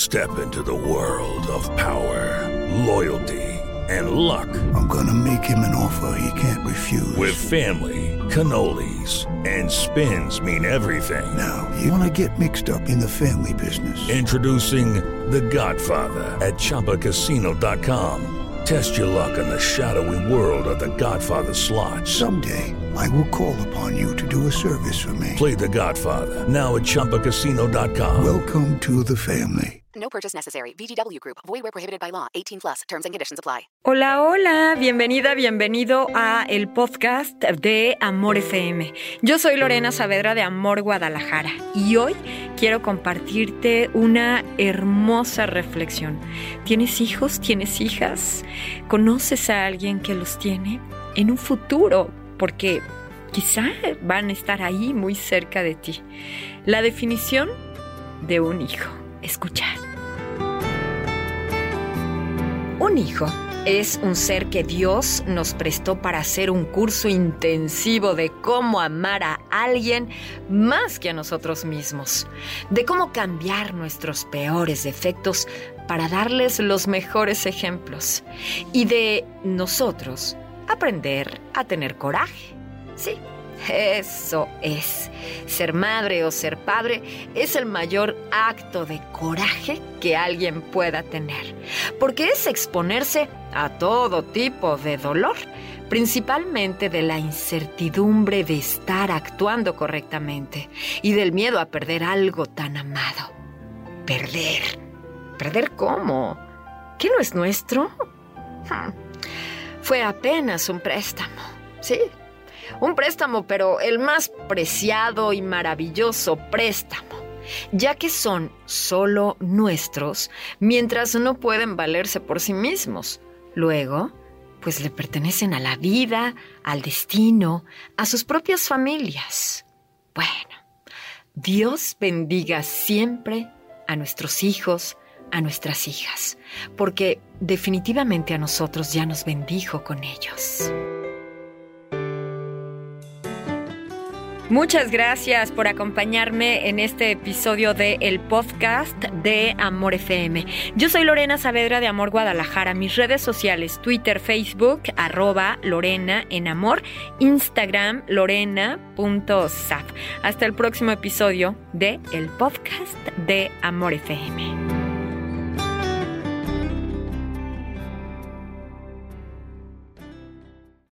Step into the world of power, loyalty, and luck. I'm gonna make him an offer he can't refuse. With family, cannolis, and spins mean everything. Now, you wanna get mixed up in the family business. Introducing The Godfather at ChumbaCasino.com. Test your luck in the shadowy world of The Godfather slot. Someday, I will call upon you to do a service for me. Play The Godfather now at ChumbaCasino.com. Welcome to the family. No purchase necessary. VGW Group. Void where prohibited by law. 18+. Terms and conditions apply. Hola, hola. Bienvenida, bienvenido a el podcast de Amor FM. Yo soy Lorena Saavedra de Amor Guadalajara y hoy quiero compartirte una hermosa reflexión. ¿Tienes hijos? ¿Tienes hijas? ¿Conoces a alguien que los tiene? En un futuro, porque quizá van a estar ahí muy cerca de ti. La definición de un hijo. Escucha. Un hijo es un ser que Dios nos prestó para hacer un curso intensivo de cómo amar a alguien más que a nosotros mismos, de cómo cambiar nuestros peores defectos para darles los mejores ejemplos y de nosotros aprender a tener coraje. Sí, eso es. Ser madre o ser padre es el mayor acto de coraje que alguien pueda tener, porque es exponerse a todo tipo de dolor, principalmente de la incertidumbre de estar actuando correctamente y del miedo a perder algo tan amado. ¿Perder? ¿Perder cómo? ¿Qué no es nuestro? Fue apenas un préstamo, sí. Un préstamo, pero el más preciado y maravilloso préstamo, ya que son solo nuestros mientras no pueden valerse por sí mismos. Luego, pues le pertenecen a la vida, al destino, a sus propias familias. Bueno, Dios bendiga siempre a nuestros hijos, a nuestras hijas, porque definitivamente a nosotros ya nos bendijo con ellos. Muchas gracias por acompañarme en este episodio de el podcast de Amor FM. Yo soy Lorena Saavedra de Amor Guadalajara. Mis redes sociales, Twitter, Facebook, @Lorena en Amor, Instagram, lorena.saf. Hasta el próximo episodio de el podcast de Amor FM.